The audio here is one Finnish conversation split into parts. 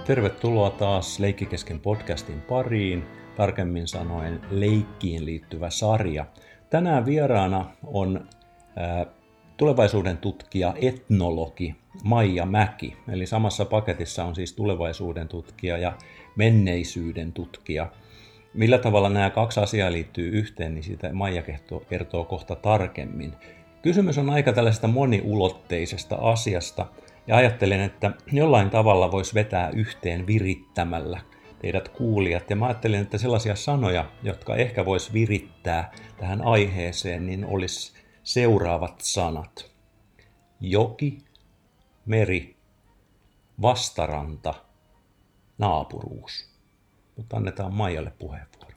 Tervetuloa taas Leikkikesken podcastin pariin, tarkemmin sanoen leikkiin liittyvä sarja. Tänään vieraana on tulevaisuuden tutkija, etnologi Maija Mäki. Eli samassa paketissa on siis tulevaisuuden tutkija ja menneisyyden tutkija. Millä tavalla nämä kaksi asiaa liittyy yhteen, niin siitä Maija kertoo kohta tarkemmin. Kysymys on aika tällaisesta moniulotteisesta asiasta. Ja ajattelin, että jollain tavalla voisi vetää yhteen virittämällä teidät kuulijat. Ja mä ajattelin, että sellaisia sanoja, jotka ehkä vois virittää tähän aiheeseen, niin olisi seuraavat sanat. Joki, meri, vastaranta, naapuruus. Mutta annetaan Maijalle puheenvuoro.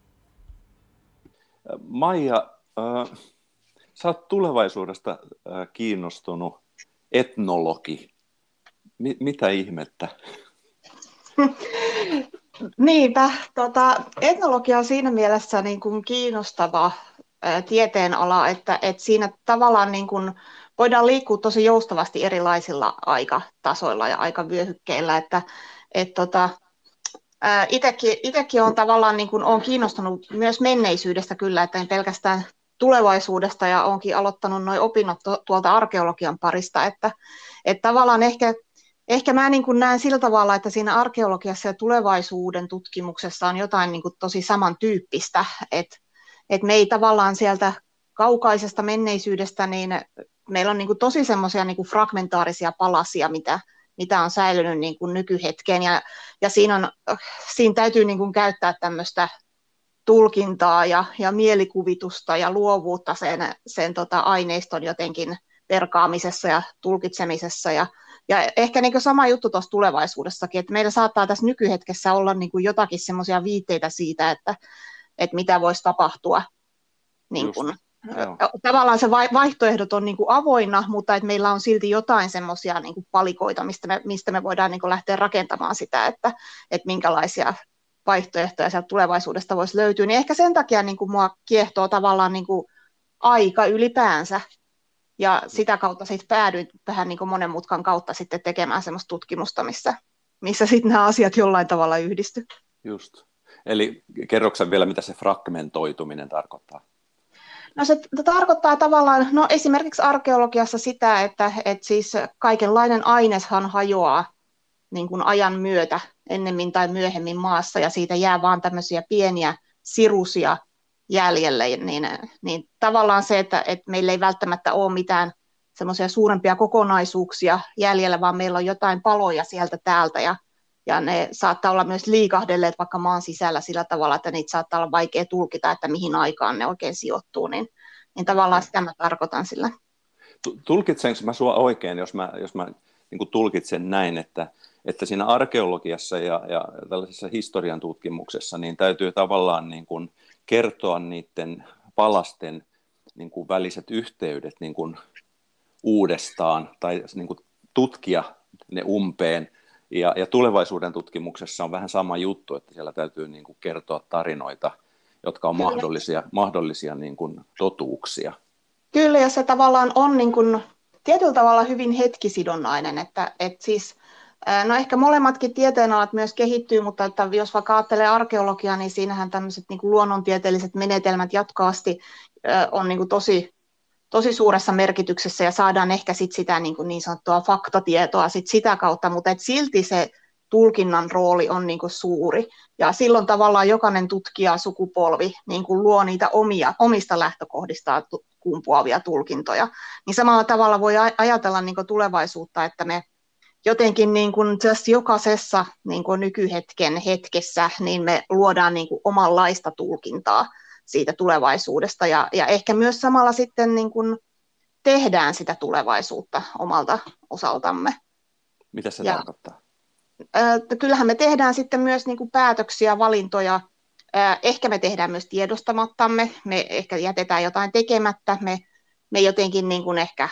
Maija, sä oot tulevaisuudesta kiinnostunut etnologi. Mitä ihmettä? Niinpä. Etnologia on siinä mielessä niin kuin kiinnostava tieteenala, että siinä tavallaan niin kuin voidaan liikkua tosi joustavasti erilaisilla aikatasoilla ja aikavyöhykkeillä. Itsekin on tavallaan niin kuin, olen kiinnostunut myös menneisyydestä kyllä, että en pelkästään tulevaisuudesta, ja olenkin aloittanut nuo opinnot tuolta arkeologian parista, että tavallaan ehkä mä niin kuin näen sillä tavalla, että siinä arkeologiassa ja tulevaisuuden tutkimuksessa on jotain niin kuin tosi samantyyppistä, että me ei tavallaan sieltä kaukaisesta menneisyydestä, niin meillä on niin kuin tosi semmoisia niin kuin fragmentaarisia palasia, mitä on säilynyt niin kuin nykyhetkeen, ja siinä täytyy niin kuin käyttää tämmöistä tulkintaa ja mielikuvitusta ja luovuutta sen aineiston jotenkin perkaamisessa ja tulkitsemisessa. Ja ehkä niin kuin sama juttu tuossa tulevaisuudessakin, että meillä saattaa tässä nykyhetkessä olla niin kuin jotakin semmoisia viitteitä siitä, että mitä voisi tapahtua. Niin kuin, tavallaan se vaihtoehdot on niin kuin avoinna, mutta että meillä on silti jotain semmoisia niin kuin palikoita, mistä me voidaan niin kuin lähteä rakentamaan sitä, että minkälaisia vaihtoehtoja sieltä tulevaisuudesta voisi löytyä, niin ehkä sen takia niin kuin mua kiehtoo tavallaan niin kuin aika ylipäänsä, ja sitä kautta sitten päädyin vähän niin kuin monen mutkan kautta sitten tekemään semmoista tutkimusta, missä sitten nämä asiat jollain tavalla yhdistyy. Just. Eli kerroksä vielä, mitä se fragmentoituminen tarkoittaa? No se tarkoittaa tavallaan, esimerkiksi arkeologiassa sitä, että siis kaikenlainen aineshan hajoaa niin kuin ajan myötä ennemmin tai myöhemmin maassa, ja siitä jää vaan tämmöisiä pieniä sirusia jäljelle, niin tavallaan se, että meillä ei välttämättä ole mitään semmoisia suurempia kokonaisuuksia jäljellä, vaan meillä on jotain paloja sieltä täältä, ja ne saattaa olla myös liikahdelleet vaikka maan sisällä sillä tavalla, että niitä saattaa olla vaikea tulkita, että mihin aikaan ne oikein sijoittuu, niin tavallaan sitä mä tarkoitan sillä. Tulkitsenko mä sua oikein, jos mä niin kuin tulkitsen näin, että siinä arkeologiassa ja tällaisessa historian tutkimuksessa niin täytyy tavallaan niin kuin kertoa niiden palasten niin kuin väliset yhteydet niin kuin uudestaan tai niin kuin tutkia ne umpeen. Ja tulevaisuuden tutkimuksessa on vähän sama juttu, että siellä täytyy niin kuin kertoa tarinoita, jotka on mahdollisia niin kuin totuuksia. Kyllä, ja se tavallaan on niin kuin tietyllä tavalla hyvin hetkisidonnainen, että siis ehkä molemmatkin tieteenalat myös kehittyy, mutta että jos vaikka ajattelee arkeologiaa, niin siinähän tämmöiset niin kuin luonnontieteelliset menetelmät jatkuvasti on niin kuin tosi suuressa merkityksessä, ja saadaan ehkä sitä niin sanottua faktatietoa sitä kautta, mutta et silti se tulkinnan rooli on niin kuin suuri, ja silloin tavallaan jokainen tutkijasukupolvi niin kuin luo niitä omista lähtökohdistaan kumpuavia tulkintoja, niin samalla tavalla voi ajatella niin kuin tulevaisuutta, että me jotenkin niin kuin jokaisessa niin kuin nykyhetken hetkessä niin me luodaan niin kuin omanlaista tulkintaa siitä tulevaisuudesta, ja ehkä myös samalla sitten niin kuin tehdään sitä tulevaisuutta omalta osaltamme. Mitä se tarkoittaa? Kyllähän me tehdään sitten myös niin kuin päätöksiä, valintoja. Ehkä me tehdään myös tiedostamattamme, me ehkä jätetään jotain tekemättä, me jotenkin niin kuin ehkä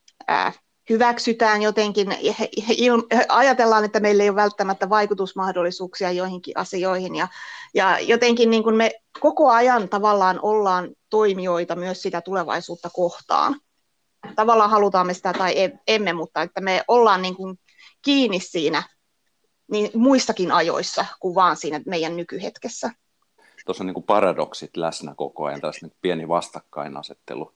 hyväksytään jotenkin, ajatellaan, että meillä ei ole välttämättä vaikutusmahdollisuuksia joihinkin asioihin, ja jotenkin niin kuin me koko ajan tavallaan ollaan toimijoita myös sitä tulevaisuutta kohtaan. Tavallaan halutaan me sitä tai emme, mutta että me ollaan niin kuin kiinni siinä niin muissakin ajoissa kuin vaan siinä meidän nykyhetkessä. Tuossa on niin kuin paradoksit läsnä koko ajan, tällainen niin pieni vastakkainasettelu.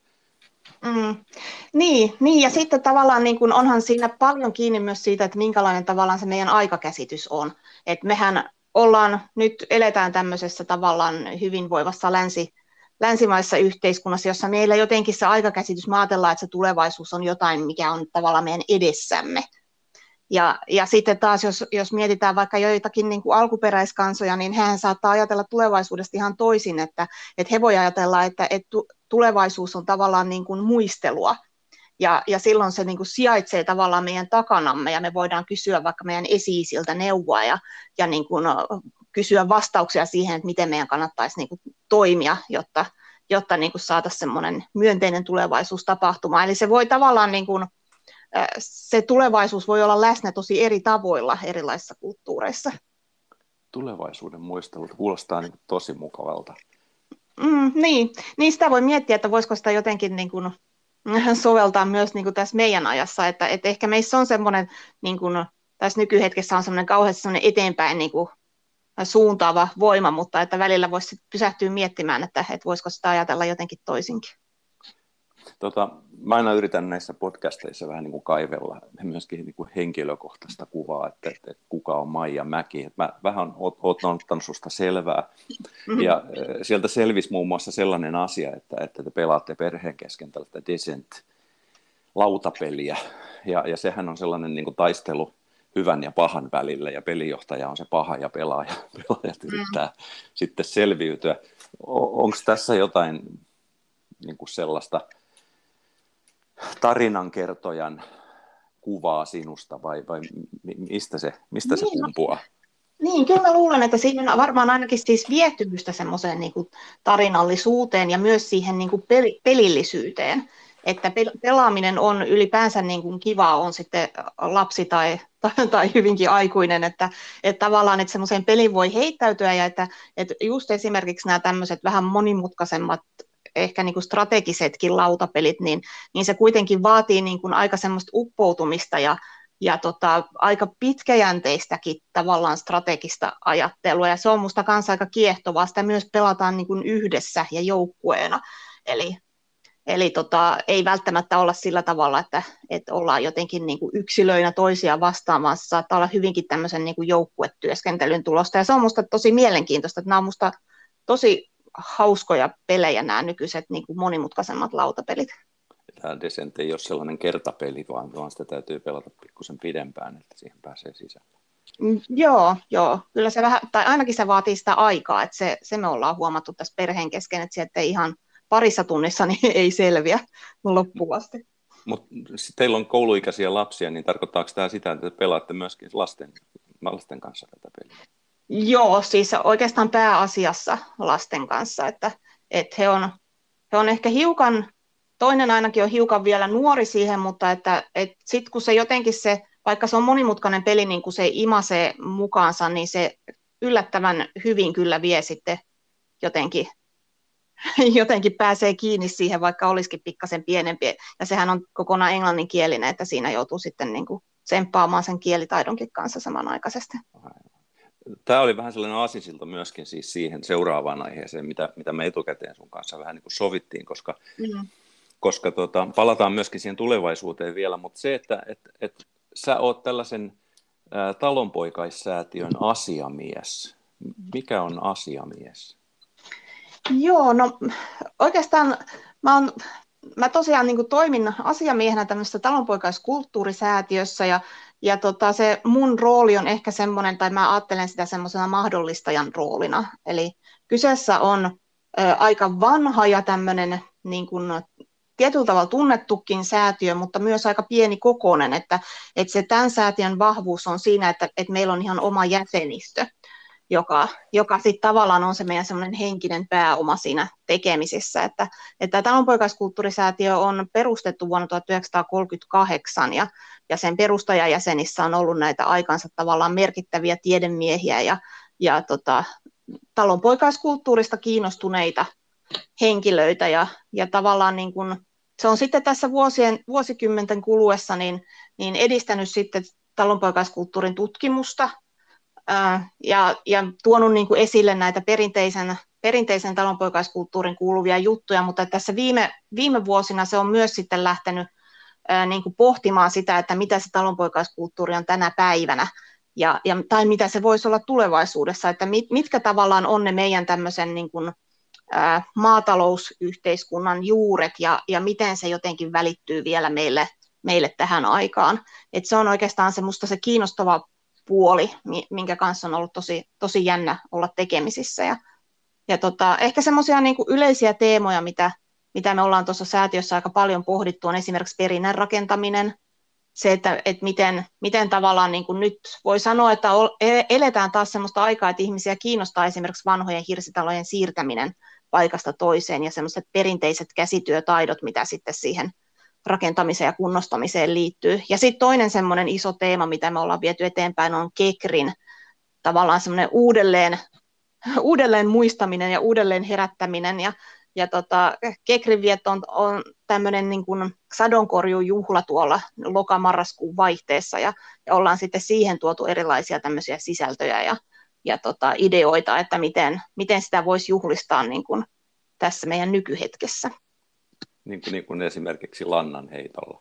Niin, ja sitten tavallaan niin kuin onhan siinä paljon kiinni myös siitä, että minkälainen tavallaan se meidän aikakäsitys on. Että mehän nyt eletään tämmöisessä tavallaan hyvinvoivassa länsimaisessa yhteiskunnassa, jossa meillä jotenkin se aikakäsitys, me ajatellaan, että se tulevaisuus on jotain, mikä on tavallaan meidän edessämme. Ja sitten taas, jos mietitään vaikka joitakin niin kuin alkuperäiskansoja, niin hehän saattaa ajatella tulevaisuudesta ihan toisin, että he voi ajatella, että tulevaisuus on tavallaan niin kuin muistelua, ja silloin se niin kuin sijaitsee tavallaan meidän takanamme, ja me voidaan kysyä vaikka meidän esi-isiltä neuvoa, ja niin kuin kysyä vastauksia siihen, että miten meidän kannattaisi niin kuin toimia, jotta niin kuin saataisiin semmoinen myönteinen tulevaisuus tapahtumaan. Eli se voi tavallaan niin kuin se tulevaisuus voi olla läsnä tosi eri tavoilla erilaisissa kulttuureissa. Tulevaisuuden muistelu kuulostaa niin tosi mukavalta. Niin, sitä voi miettiä, että voisiko sitä jotenkin niin kuin soveltaa myös niin kuin tässä meidän ajassa, että ehkä meissä on semmoinen, niin kuin tässä nykyhetkessä on semmoinen kauheasti semmoinen eteenpäin niin kuin suuntaava voima, mutta että välillä voisi pysähtyä miettimään, että voisiko sitä ajatella jotenkin toisinkin. Mä aina yritän näissä podcasteissa vähän niin kuin kaivella myöskin niin kuin henkilökohtaista kuvaa, että kuka on Maija Mäki. Että mä vähän oon ottanut susta selvää. Ja sieltä selvisi muun muassa sellainen asia, että te pelaatte perheen kesken tällaista Descent-lautapeliä. Ja sehän on sellainen niin kuin taistelu hyvän ja pahan välillä, ja pelijohtaja on se paha, ja pelaajat yrittää sitten selviytyä. Onko tässä jotain niin kuin sellaista tarinankertojan kuvaa sinusta, vai mistä se kumpuaa? Niin, kyllä mä luulen, että siinä on varmaan ainakin siis viehtyvystä semmoiseen niin kuin tarinallisuuteen ja myös siihen niin kuin pelillisyyteen, että pelaaminen on ylipäänsä niin kuin kivaa, on sitten lapsi tai hyvinkin aikuinen, että tavallaan että semmoiseen peliin voi heittäytyä, ja että just esimerkiksi nämä tämmöiset vähän monimutkaisemmat ehkä niin kuin strategisetkin lautapelit, niin se kuitenkin vaatii niin kuin aika semmoista uppoutumista ja aika pitkäjänteistäkin tavallaan strategista ajattelua, ja se on musta kanssa aika kiehtovaa, sitä myös pelataan niin kuin yhdessä ja joukkueena, eli ei välttämättä olla sillä tavalla, että ollaan jotenkin niin kuin yksilöinä toisia vastaan, vaan se saattaa olla hyvinkin tämmöisen niin kuin joukkuetyöskentelyn tulosta, ja se on musta tosi mielenkiintoista, että nämä on musta tosi hauskoja pelejä, nämä nykyiset niin kuin monimutkaisemmat lautapelit. Tämä Descent ei ole sellainen kertapeli, vaan sitä täytyy pelata pikkusen pidempään, että siihen pääsee sisälle. Joo. Kyllä se vähän, tai ainakin se vaatii sitä aikaa, että se me ollaan huomattu tässä perheen kesken, että sieltä ei ihan parissa tunnissa niin ei selviä loppuun asti. Mutta teillä on kouluikäisiä lapsia, niin tarkoittaako tämä sitä, että te pelaatte myöskin lasten kanssa tätä peliä? Joo, siis oikeastaan pääasiassa lasten kanssa, että he on ehkä hiukan, toinen ainakin on hiukan vielä nuori siihen, mutta että sitten kun se jotenkin vaikka se on monimutkainen peli, niin kun se imasee mukaansa, niin se yllättävän hyvin kyllä vie sitten jotenkin pääsee kiinni siihen, vaikka olisikin pikkasen pienempi, ja sehän on kokonaan englanninkielinen, että siinä joutuu sitten niin kuin tsemppaamaan sen kielitaidonkin kanssa samanaikaisesti. Tämä oli vähän sellainen aasinsilta myöskin siis siihen seuraavaan aiheeseen, mitä me etukäteen sun kanssa vähän niin kuin sovittiin, koska palataan myöskin siihen tulevaisuuteen vielä, mutta se, että sä oot tällaisen talonpoikaissäätiön asiamies. Mikä on asiamies? Joo, no oikeastaan mä tosiaan niin kuin toimin asiamiehenä tämmöisessä talonpoikaiskulttuurisäätiössä, ja se mun rooli on ehkä semmoinen, tai mä ajattelen sitä semmoisena mahdollistajan roolina. Eli kyseessä on aika vanha ja tämmöinen niin kuin tietyllä tavalla tunnettukin säätiö, mutta myös aika pieni kokoinen, että se tämän säätiön vahvuus on siinä, että meillä on ihan oma jäsenistö, joka sitten tavallaan on se meidän semmoinen henkinen pääoma siinä tekemisessä, että talonpoikaiskulttuurisäätiö on perustettu vuonna 1938, ja sen perustajajäsenissä on ollut näitä aikansa tavallaan merkittäviä tiedemiehiä ja talonpoikaiskulttuurista kiinnostuneita henkilöitä, ja tavallaan niin kuin, se on sitten tässä vuosikymmenten kuluessa niin edistänyt sitten talonpoikaiskulttuurin tutkimusta, ja tuonut niin kuin esille näitä perinteisen talonpoikaiskulttuurin kuuluvia juttuja, mutta tässä viime vuosina se on myös sitten lähtenyt niin kuin pohtimaan sitä, että mitä se talonpoikaiskulttuuri on tänä päivänä, tai mitä se voisi olla tulevaisuudessa, että mitkä tavallaan on ne meidän tämmöisen niin kuin, maatalousyhteiskunnan juuret, ja miten se jotenkin välittyy vielä meille tähän aikaan. Et se on oikeastaan musta se kiinnostava puoli, minkä kanssa on ollut tosi jännä olla tekemisissä. Ja ehkä semmoisia niin kuin yleisiä teemoja, mitä me ollaan tuossa säätiössä aika paljon pohdittu, on esimerkiksi perinnän rakentaminen. Se, että miten tavallaan niin kuin nyt voi sanoa, että eletään taas semmoista aikaa, että ihmisiä kiinnostaa esimerkiksi vanhojen hirsitalojen siirtäminen paikasta toiseen ja semmoiset perinteiset käsityötaidot, mitä sitten siihen rakentamiseen ja kunnostamiseen liittyy. Ja sitten toinen semmoinen iso teema, mitä me ollaan viety eteenpäin, on KEKRin tavallaan semmoinen uudelleen muistaminen ja uudelleen herättäminen. Ja KEKRin vietto on tämmöinen niin kuin sadonkorjuujuhla tuolla loka-marraskuun vaihteessa, ja ollaan sitten siihen tuotu erilaisia tämmöisiä sisältöjä ja ideoita, että miten sitä voisi juhlistaa niin kuin tässä meidän nykyhetkessä. Niin kuin esimerkiksi lannanheitolla.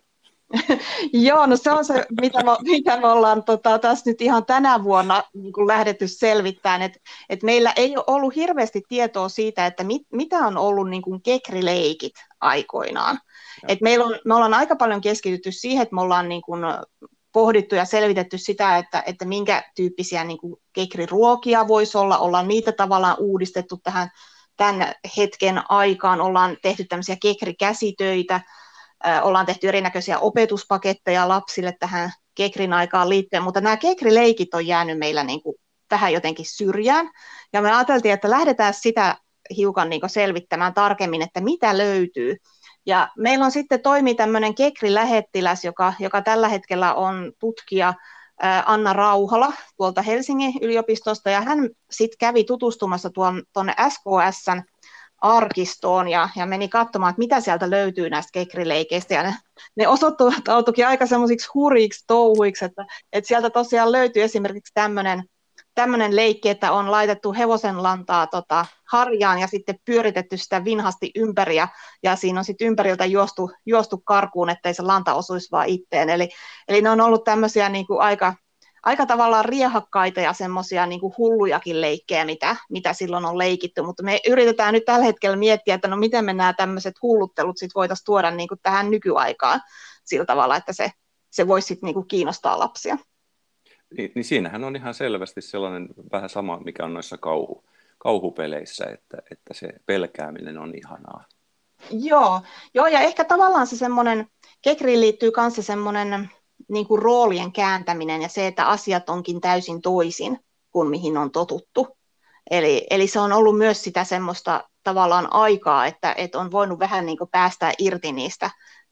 Joo, no se on se, mitä me ollaan tässä nyt ihan tänä vuonna niin kuin lähdetty selvittämään, että meillä ei ole ollut hirveästi tietoa siitä, että mitä on ollut niin kuin kekrileikit aikoinaan. Et me ollaan aika paljon keskitytty siihen, että me ollaan niin kuin pohdittu ja selvitetty sitä, että minkä tyyppisiä niin kuin kekriruokia voisi olla, ollaan niitä tavallaan uudistettu tämän hetken aikaan, ollaan tehty tämmöisiä kekrikäsitöitä, ollaan tehty erinäköisiä opetuspaketteja lapsille tähän kekrin aikaan liittyen, mutta nämä kekrileikit on jäänyt meillä niin kuin tähän jotenkin syrjään, ja me ajateltiin, että lähdetään sitä hiukan niin kuin selvittämään tarkemmin, että mitä löytyy. Ja meillä on sitten toimii tämmöinen kekrilähettiläs, joka tällä hetkellä on tutkija Anna Rauhala tuolta Helsingin yliopistosta, ja hän sitten kävi tutustumassa tuonne SKS:n arkistoon ja meni katsomaan, että mitä sieltä löytyy näistä kekrileikeistä, ja ne osoittautuikin aika semmoisiksi hurjiksi touhuiksi, että sieltä tosiaan löytyy esimerkiksi tämmöinen leikki, että on laitettu hevosen lantaa harjaan ja sitten pyöritetty sitä vinhasti ympäri, ja siinä on sitten ympäriltä juostu karkuun, ettei se lanta osuisi vaan itteen. Eli ne on ollut tämmöisiä niin kuin aika tavallaan riehakkaita ja semmoisia niin kuin hullujakin leikkejä, mitä silloin on leikitty, mutta me yritetään nyt tällä hetkellä miettiä, että no miten me nämä tämmöiset hulluttelut sit voitaisiin tuoda niin kuin tähän nykyaikaan sillä tavalla, että se voisi sit niin kuin kiinnostaa lapsia. Niin siinähän on ihan selvästi sellainen vähän sama, mikä on noissa kauhupeleissä, että se pelkääminen on ihanaa. Joo, ja ehkä tavallaan se semmoinen, kekriin liittyy myös se semmoinen niin kuin roolien kääntäminen ja se, että asiat onkin täysin toisin kuin mihin on totuttu. Eli se on ollut myös sitä semmoista tavallaan aikaa, että on voinut vähän niin kuin päästä irti niistä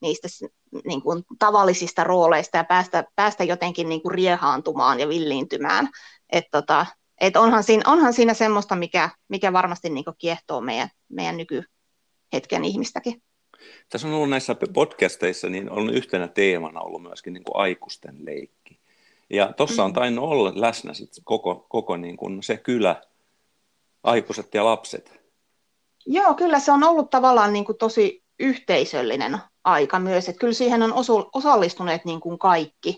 niin kuin tavallisista rooleista ja päästä jotenkin niin kuin riehaantumaan ja villiintymään. Et onhan siinä semmoista, mikä varmasti niin kuin kiehtoo meidän nykyhetken ihmistäkin. Tässä on ollut näissä podcasteissa, niin on yhtenä teemana ollut myöskin niin kuin aikuisten leikki. Ja tuossa on tainnut olla läsnä sit koko niin kuin se kylä, aikuiset ja lapset. Joo, kyllä se on ollut tavallaan niin kuin tosi yhteisöllinen aika myös, että kyllä siihen on osallistuneet niin kuin kaikki.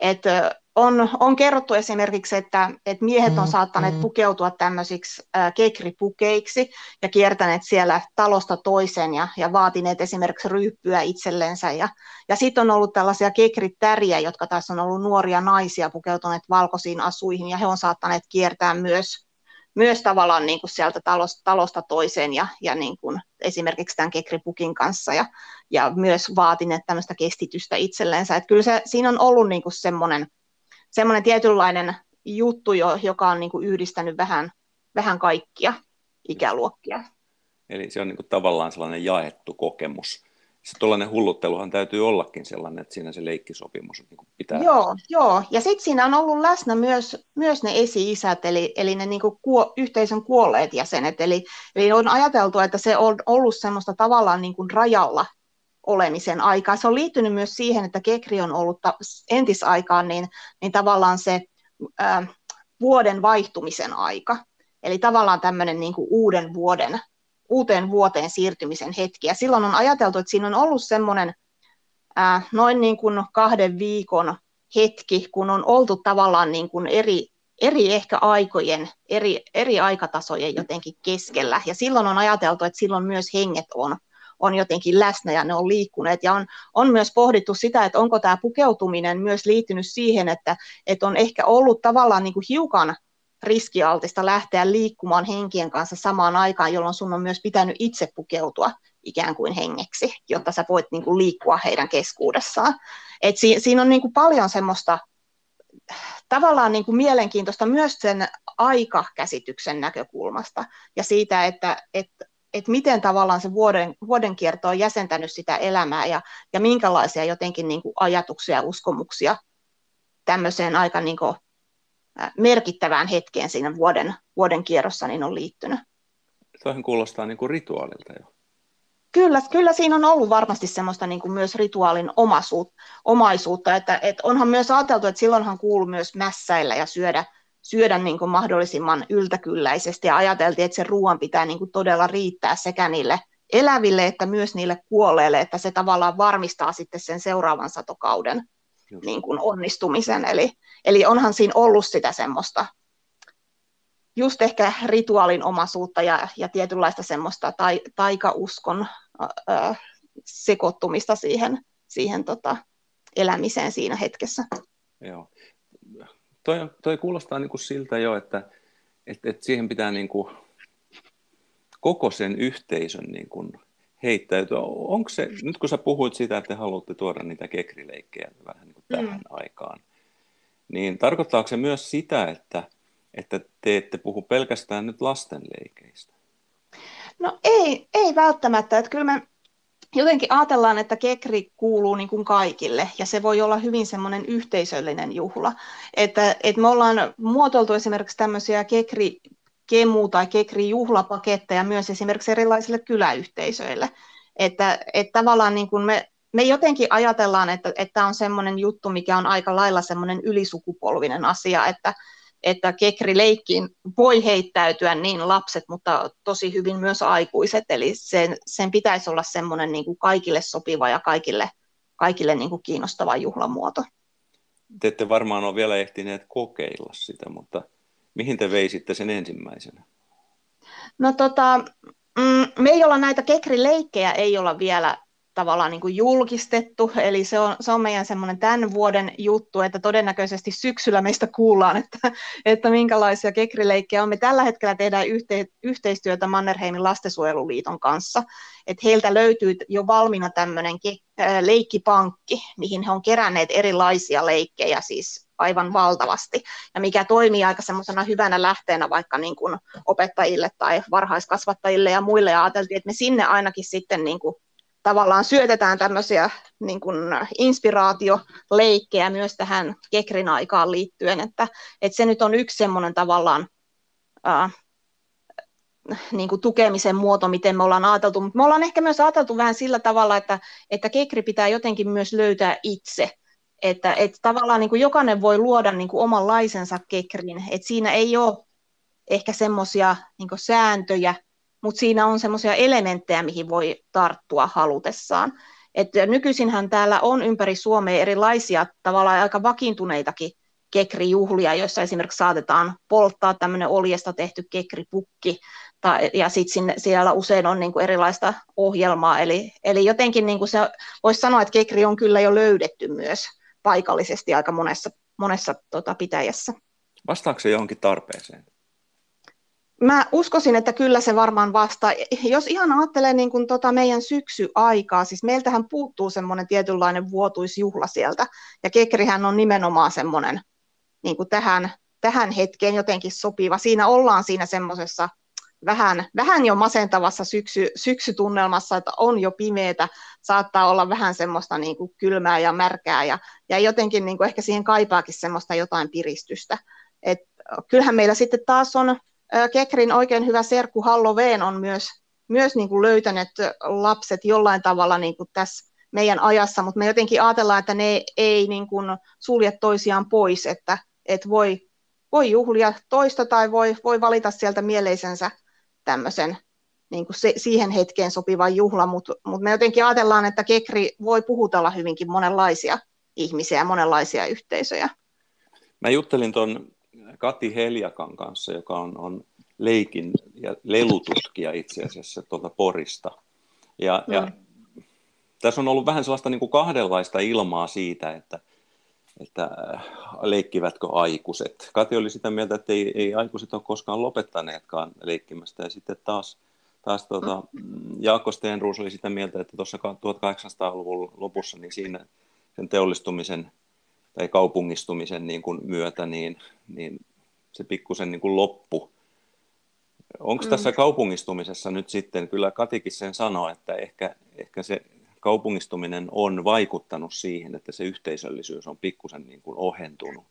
On kerrottu esimerkiksi, että miehet on saattaneet pukeutua tämmöisiksi kekripukeiksi ja kiertäneet siellä talosta toiseen ja vaatineet esimerkiksi ryyppyä itsellensä. Ja sitten on ollut tällaisia kekrittäriä, jotka taas on ollut nuoria naisia pukeutuneet valkoisiin asuihin, ja he on saattaneet kiertää myös tavallaan niin kuin sieltä talosta toiseen ja niin kuin esimerkiksi tämän kekripukin kanssa ja myös vaatineet tämmöistä kestitystä itsellensä. Että kyllä siinä on ollut niin kuin semmoinen tietynlainen juttu, joka on niin kuin yhdistänyt vähän kaikkia ikäluokkia. Eli se on niin kuin tavallaan sellainen jaettu kokemus. Se tuollainen hullutteluhan täytyy ollakin sellainen, että siinä se leikkisopimus niin kuin pitää. Joo. Ja sitten siinä on ollut läsnä myös ne esi-isät, eli ne niin kuin yhteisön kuolleet jäsenet. Eli on ajateltu, että se on ollut semmoista tavallaan niin kuin rajalla olemisen aikaa. Se on liittynyt myös siihen, että kekri on ollut entisaikaan, niin tavallaan se vuoden vaihtumisen aika. Eli tavallaan tämmöinen niin kuin uuteen vuoteen siirtymisen hetki. Ja silloin on ajateltu, että siinä on ollut semmoinen noin niin kuin 2 viikon hetki, kun on oltu tavallaan niin kuin eri ehkä aikojen, eri aikatasojen jotenkin keskellä. Ja silloin on ajateltu, että silloin myös henget on jotenkin läsnä ja ne on liikkuneet. Ja on myös pohdittu sitä, että onko tämä pukeutuminen myös liittynyt siihen, että on ehkä ollut tavallaan niin kuin hiukan riskialtista lähteä liikkumaan henkien kanssa samaan aikaan, jolloin sun on myös pitänyt itse pukeutua ikään kuin hengeksi, jotta sä voit niin kuin liikkua heidän keskuudessaan. Et siinä on niin kuin paljon semmoista tavallaan niin kuin mielenkiintoista myös sen aikakäsityksen näkökulmasta ja siitä, että miten tavallaan se vuoden kierto on jäsentänyt sitä elämää ja minkälaisia jotenkin niin kuin ajatuksia ja uskomuksia tämmöiseen aika niin kuin merkittävään hetkeen siinä vuoden kierrossa niin on liittynyt. Toihan kuulostaa niin kuin rituaalilta jo. Kyllä siinä on ollut varmasti semmoista niin kuin myös rituaalin omaisuutta, että onhan myös ajateltu, että silloinhan kuuluu myös mässäillä ja syödä niin kuin mahdollisimman yltäkylläisesti ja ajateltiin, että se ruoan pitää niin kuin todella riittää sekä niille eläville että myös niille kuolleille, että se tavallaan varmistaa sitten sen seuraavan satokauden niin kuin onnistumisen. Eli onhan siinä ollut sitä semmoista just ehkä rituaalinomaisuutta ja tietynlaista semmoista taikauskon sekoittumista siihen elämiseen siinä hetkessä. Joo. Toi kuulostaa niin kuin siltä jo, että siihen pitää niin kuin koko sen yhteisön niin kuin heittäytyä. Onko se, nyt kun sä puhuit siitä, että te haluatte tuoda niitä kekrileikkejä vähän niin kuin tähän aikaan, niin tarkoittaako se myös sitä, että te ette puhu pelkästään nyt lastenleikeistä? No ei välttämättä. Että kyllä me jotenkin ajatellaan, että kekri kuuluu niin kuin kaikille ja se voi olla hyvin semmoinen yhteisöllinen juhla. Että me ollaan muotoiltu esimerkiksi tämmöisiä kekrikemu- tai kekrijuhlapaketteja myös esimerkiksi erilaisille kyläyhteisöille. Että tavallaan niin kuin me jotenkin ajatellaan, että on semmoinen juttu, mikä on aika lailla semmoinen ylisukupolvinen asia, että kekrileikkiin voi heittäytyä niin lapset, mutta tosi hyvin myös aikuiset, eli sen pitäisi olla semmoinen niin kuin kaikille sopiva ja kaikille niin kuin kiinnostava juhlamuoto. Te ette varmaan ole vielä ehtineet kokeilla sitä, mutta mihin te veisitte sen ensimmäisenä? No me ei olla näitä kekrileikkejä, ei olla vielä tavallaan niin kuin julkistettu, eli se on meidän semmoinen tämän vuoden juttu, että todennäköisesti syksyllä meistä kuullaan, että minkälaisia kekrileikkejä on. Me tällä hetkellä tehdään yhteistyötä Mannerheimin lastensuojeluliiton kanssa, että heiltä löytyy jo valmiina tämmöinen leikkipankki, mihin he on keränneet erilaisia leikkejä, siis aivan valtavasti, ja mikä toimii aika semmoisena hyvänä lähteenä vaikka niin kuin opettajille tai varhaiskasvattajille ja muille, ja ajateltiin, että me sinne ainakin sitten niin kuin tavallaan syötetään tämmöisiä niin kuin inspiraatioleikkejä myös tähän kekrin aikaan liittyen, että se nyt on yksi semmoinen tavallaan niin kuin tukemisen muoto, miten me ollaan ajateltu, mutta me ollaan ehkä myös ajateltu vähän sillä tavalla, että kekri pitää jotenkin myös löytää itse, että tavallaan niin kuin jokainen voi luoda niin kuin omanlaisensa kekrin, että siinä ei ole ehkä semmoisia niin kuin sääntöjä, mutta siinä on semmoisia elementtejä, mihin voi tarttua halutessaan. Että nykyisinhän täällä on ympäri Suomea erilaisia tavallaan aika vakiintuneitakin kekrijuhlia, joissa esimerkiksi saatetaan polttaa tämmöinen oljesta tehty kekripukki, ja sitten siellä usein on niinku erilaista ohjelmaa. Eli jotenkin niinku se voisi sanoa, että kekri on kyllä jo löydetty myös paikallisesti aika monessa pitäjässä. Vastaako se johonkin tarpeeseen? Mä uskoisin, että kyllä se varmaan vastaa. Jos ihan ajattelee niin kuin meidän syksyaikaa, siis meiltähän puuttuu semmoinen tietynlainen vuotuisjuhla sieltä, ja kekrihän on nimenomaan semmoinen niin kuin tähän hetkeen jotenkin sopiva. Siinä ollaan siinä semmoisessa vähän jo masentavassa syksytunnelmassa, että on jo pimeätä, saattaa olla vähän semmoista niin kuin kylmää ja märkää, ja jotenkin niin kuin ehkä siihen kaipaakin semmoista jotain piristystä. Et kyllähän meillä sitten taas on kekrin oikein hyvä serkku Halloween on myös niin kuin löytäneet lapset jollain tavalla niin kuin tässä meidän ajassa, mutta me jotenkin ajatellaan, että ne ei niin kuin sulje toisiaan pois, että voi voi juhlia toista tai voi valita sieltä mieleisensä tämmöisen niin kuin siihen hetkeen sopivan juhlan, mutta me jotenkin ajatellaan, että kekri voi puhutella hyvinkin monenlaisia ihmisiä ja monenlaisia yhteisöjä. Mä juttelin tuon Kati Heljakan kanssa, joka on leikin ja lelututkija itse asiassa tuolta Porista. Ja tässä on ollut vähän sellaista niin kuin kahdenlaista ilmaa siitä, että leikkivätkö aikuiset. Kati oli sitä mieltä, että ei aikuiset ole koskaan lopettaneetkaan leikkimästä. Ja sitten taas Jaakko Stenruus oli sitä mieltä, että tuossa 1800-luvun lopussa niin siinä sen teollistumisen tai kaupungistumisen niin kuin myötä niin se pikkusen niin kuin loppu. Onko tässä kaupungistumisessa nyt sitten, kyllä Katikin sen sanoi, että ehkä se kaupungistuminen on vaikuttanut siihen, että se yhteisöllisyys on pikkusen niin kuin ohentunut.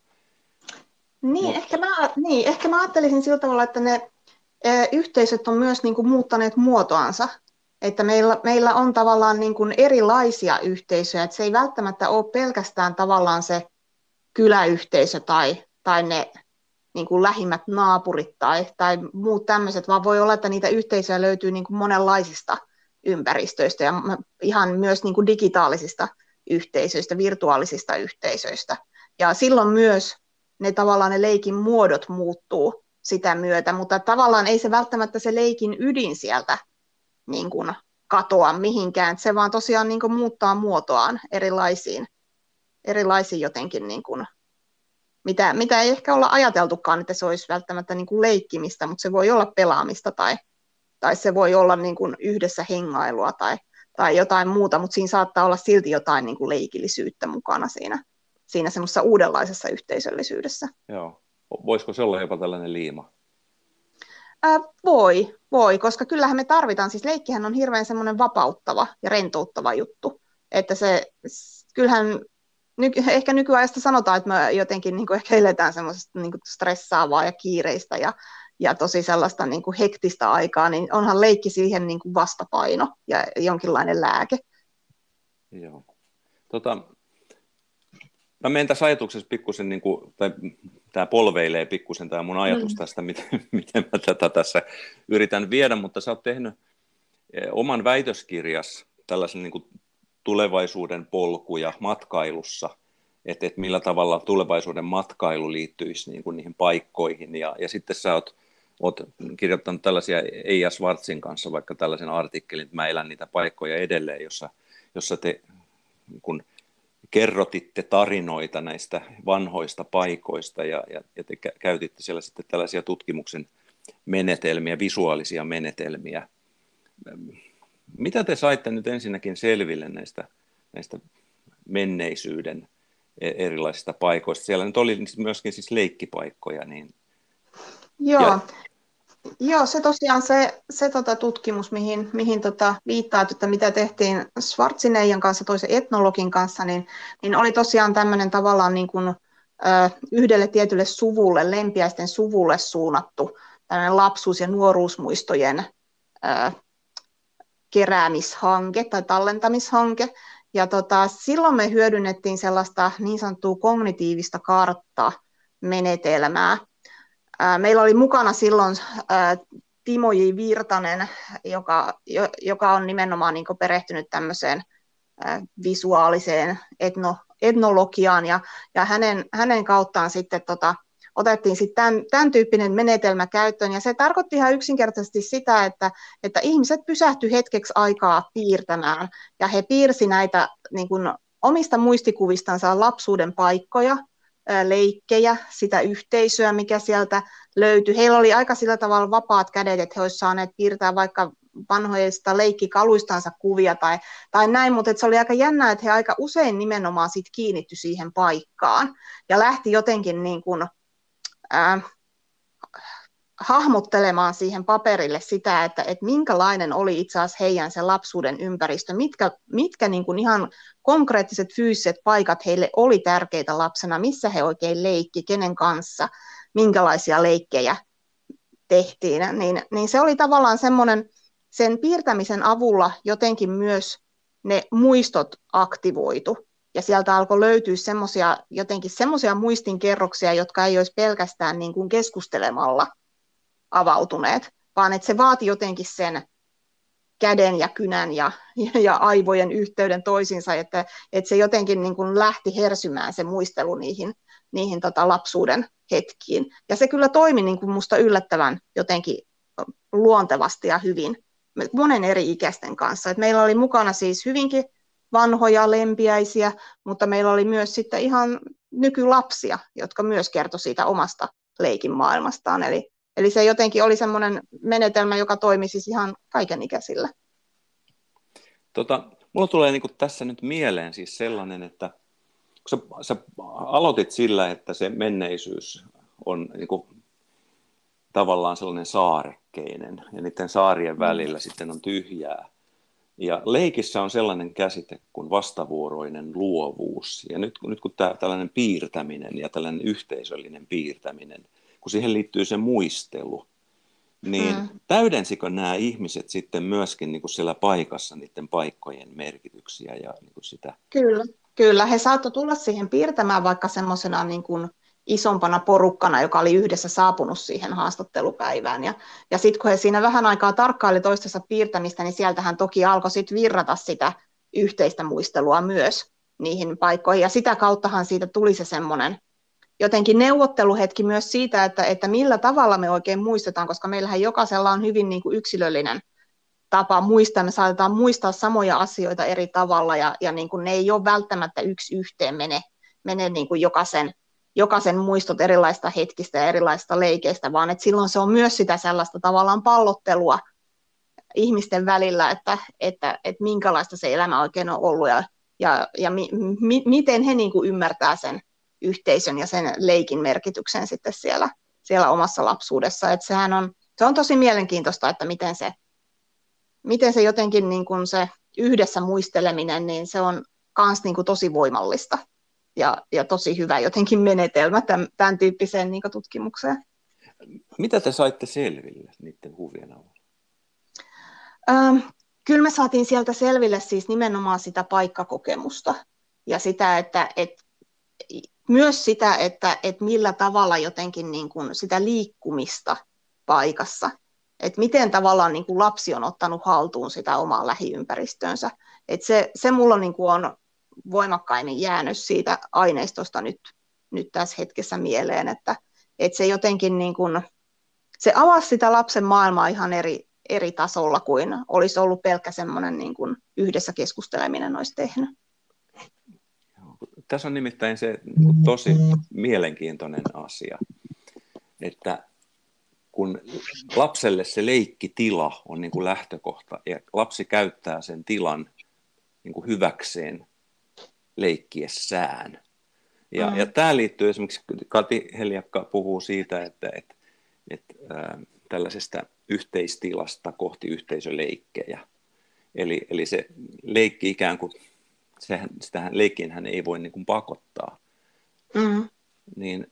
Ehkä mä ajattelisin sillä tavalla, että ne yhteisöt on myös niin kuin muuttaneet muotoansa, että meillä on tavallaan niin kuin erilaisia yhteisöjä, että se ei välttämättä ole pelkästään tavallaan se kyläyhteisö tai ne niin kuin lähimmät naapurit tai muut tämmöiset, vaan voi olla, että niitä yhteisöjä löytyy niin kuin monenlaisista ympäristöistä ja ihan myös niin kuin digitaalisista yhteisöistä, virtuaalisista yhteisöistä. Ja silloin myös tavallaan ne leikin muodot muuttuu sitä myötä, mutta tavallaan ei se välttämättä se leikin ydin sieltä niin kuin katoa mihinkään, se vaan tosiaan niin kuin muuttaa muotoaan erilaisiin jotenkin, niin kuin, mitä ei ehkä olla ajateltukaan, että se olisi välttämättä niin kuin leikkimistä, mutta se voi olla pelaamista tai se voi olla niin kuin yhdessä hengailua tai jotain muuta, mutta siinä saattaa olla silti jotain niin kuin leikillisyyttä mukana siinä semmoisessa uudenlaisessa yhteisöllisyydessä. Joo. Voisiko se olla jopa tällainen liima? Voi, koska kyllähän me tarvitaan, siis leikkihän on hirveän semmoinen vapauttava ja rentouttava juttu, että kyllähän ehkä nykyajasta sanotaan, että me jotenkin niin kuin ehkä eletään semmoisesta niin kuin stressaavaa ja kiireistä ja tosi sellaista niin kuin hektistä aikaa, niin onhan leikki siihen niin kuin vastapaino ja jonkinlainen lääke. Joo. Mä menen tässä ajatuksessa pikkusen, niin kuin, tai tämä polveilee pikkusen tämä mun ajatus tästä, miten mä tätä tässä yritän viedä, mutta sä oot tehnyt oman väitöskirjas tällaisen niin kuin tulevaisuuden polkuja matkailussa, että millä tavalla tulevaisuuden matkailu liittyisi niin kuin niihin paikkoihin, ja sitten sä oot kirjoittanut tällaisia Eija Schwartzin kanssa vaikka tällaisen artikkelin, että mä elän niitä paikkoja edelleen, jossa te kun kerrotitte tarinoita näistä vanhoista paikoista ja te käytitte siellä sitten tällaisia tutkimuksen menetelmiä, visuaalisia menetelmiä. Mitä te saitte nyt ensinnäkin selville näistä menneisyyden erilaisista paikoista? Siellä nyt oli myöskin siis leikkipaikkoja. Niin... Joo, se tosiaan se tutkimus, mihin viittaat, että mitä tehtiin Schwartzin Eijan kanssa, toisen etnologin kanssa, niin oli tosiaan tämmöinen tavallaan niin kuin, yhdelle tietylle suvulle, lempiäisten suvulle suunnattu tämmöinen lapsuus- ja nuoruusmuistojen keräämishanke tai tallentamishanke. Ja silloin me hyödynnettiin sellaista niin sanottua kognitiivista karttamenetelmää. Meillä oli mukana silloin Timo J. Virtanen, joka on nimenomaan niin kuin perehtynyt tämmöiseen visuaaliseen etnologiaan, ja hänen kauttaan sitten otettiin sitten tämän tyyppinen menetelmä käyttöön, ja se tarkoitti ihan yksinkertaisesti sitä, että ihmiset pysähtyi hetkeksi aikaa piirtämään, ja he piirsi näitä niin kuin omista muistikuvistansa lapsuuden paikkoja, leikkejä, sitä yhteisöä, mikä sieltä löytyi. Heillä oli aika sillä tavalla vapaat kädet, että he olisivat saaneet piirtää vaikka vanhoista leikkikaluistansa kuvia tai näin, mutta se oli aika jännää, että he aika usein nimenomaan sit kiinnittyi siihen paikkaan ja lähti jotenkin niin kuin, hahmottelemaan siihen paperille sitä, että minkälainen oli itse asiassa heidän se lapsuuden ympäristö, mitkä niin kuin ihan konkreettiset fyysiset paikat heille oli tärkeitä lapsena, missä he oikein leikki, kenen kanssa, minkälaisia leikkejä tehtiin, niin se oli tavallaan semmoinen, sen piirtämisen avulla jotenkin myös ne muistot aktivoitu, ja sieltä alkoi löytyä jotenkin semmoisia muistinkerroksia, jotka ei olisi pelkästään niin kuin keskustelemalla avautuneet, vaan että se vaati jotenkin sen käden ja kynän ja aivojen yhteyden toisiinsa, että se jotenkin niin kuin lähti hersymään se muistelu niihin lapsuuden hetkiin. Ja se kyllä toimi niin kuin musta yllättävän jotenkin luontevasti ja hyvin monen eri ikäisten kanssa. Et meillä oli mukana siis hyvinkin vanhoja lempiäisiä, mutta meillä oli myös sitten ihan nykylapsia, jotka myös kertoi siitä omasta leikin maailmastaan. Eli se jotenkin oli semmoinen menetelmä, joka toimi siis ihan kaikenikäisillä. Mulla tulee niin kuin tässä nyt mieleen siis sellainen, että kun sä aloitit sillä, että se menneisyys on niin kuin tavallaan sellainen saarekkeinen, ja niiden saarien välillä sitten on tyhjää. Ja leikissä on sellainen käsite kuin vastavuoroinen luovuus. Ja nyt kun tällainen piirtäminen ja tällainen yhteisöllinen piirtäminen, kun siihen liittyy se muistelu, niin täydensikö nämä ihmiset sitten myöskin niin kuin siellä paikassa niiden paikkojen merkityksiä ja niin kuin sitä? Kyllä. He saattoi tulla siihen piirtämään vaikka semmoisena niin kuin isompana porukkana, joka oli yhdessä saapunut siihen haastattelupäivään. Ja sitten kun he siinä vähän aikaa tarkkaili toistensa piirtämistä, niin sieltähän toki alkoi sitten virrata sitä yhteistä muistelua myös niihin paikkoihin. Ja sitä kauttahan siitä tuli se semmoinen jotenkin neuvotteluhetki myös siitä, että millä tavalla me oikein muistetaan, koska meillähän jokaisella on hyvin niin kuin yksilöllinen tapa muistaa. Me saatetaan muistaa samoja asioita eri tavalla ja niin kuin ne ei ole välttämättä yksi yhteen mene niin kuin jokaisen muistot erilaisista hetkistä ja erilaisista leikeistä, vaan että silloin se on myös sitä sellaista tavallaan pallottelua ihmisten välillä, että minkälaista se elämä oikein on ollut ja miten he niin kuin ymmärtää sen yhteisön ja sen leikin merkityksen sitten siellä omassa lapsuudessa. Että se on tosi mielenkiintoista, että miten se jotenkin niin kuin se yhdessä muisteleminen, niin se on myös niin kuin tosi voimallista. Ja tosi hyvä jotenkin menetelmä tämän tyyppiseen niin kuin tutkimukseen. Mitä te saitte selville niiden kuvien avulla? Kyllä me saatiin sieltä selville siis nimenomaan sitä paikkakokemusta ja myös sitä, että millä tavalla jotenkin niin kuin sitä liikkumista paikassa. Että miten tavallaan niin kuin lapsi on ottanut haltuun sitä omaa lähiympäristöönsä. Että se mulla niin kuin on voimakkaimmin jäänyt siitä aineistosta nyt tässä hetkessä mieleen, että se jotenkin niin kuin, se avasi sitä lapsen maailmaa ihan eri tasolla kuin olisi ollut pelkkä semmoinen niin kuin yhdessä keskusteleminen olisi tehnyt. Tässä on nimittäin se tosi mielenkiintoinen asia, että kun lapselle se leikkitila on niin kuin lähtökohta ja lapsi käyttää sen tilan niin kuin hyväkseen leikkiessään. Ja tämä liittyy esimerkiksi, Kati Heliakka puhuu siitä, että tällaisesta yhteistilasta kohti yhteisöleikkejä. Eli se leikki ikään kuin, sitähän leikkiinhän ei voi niin kuin pakottaa. Niin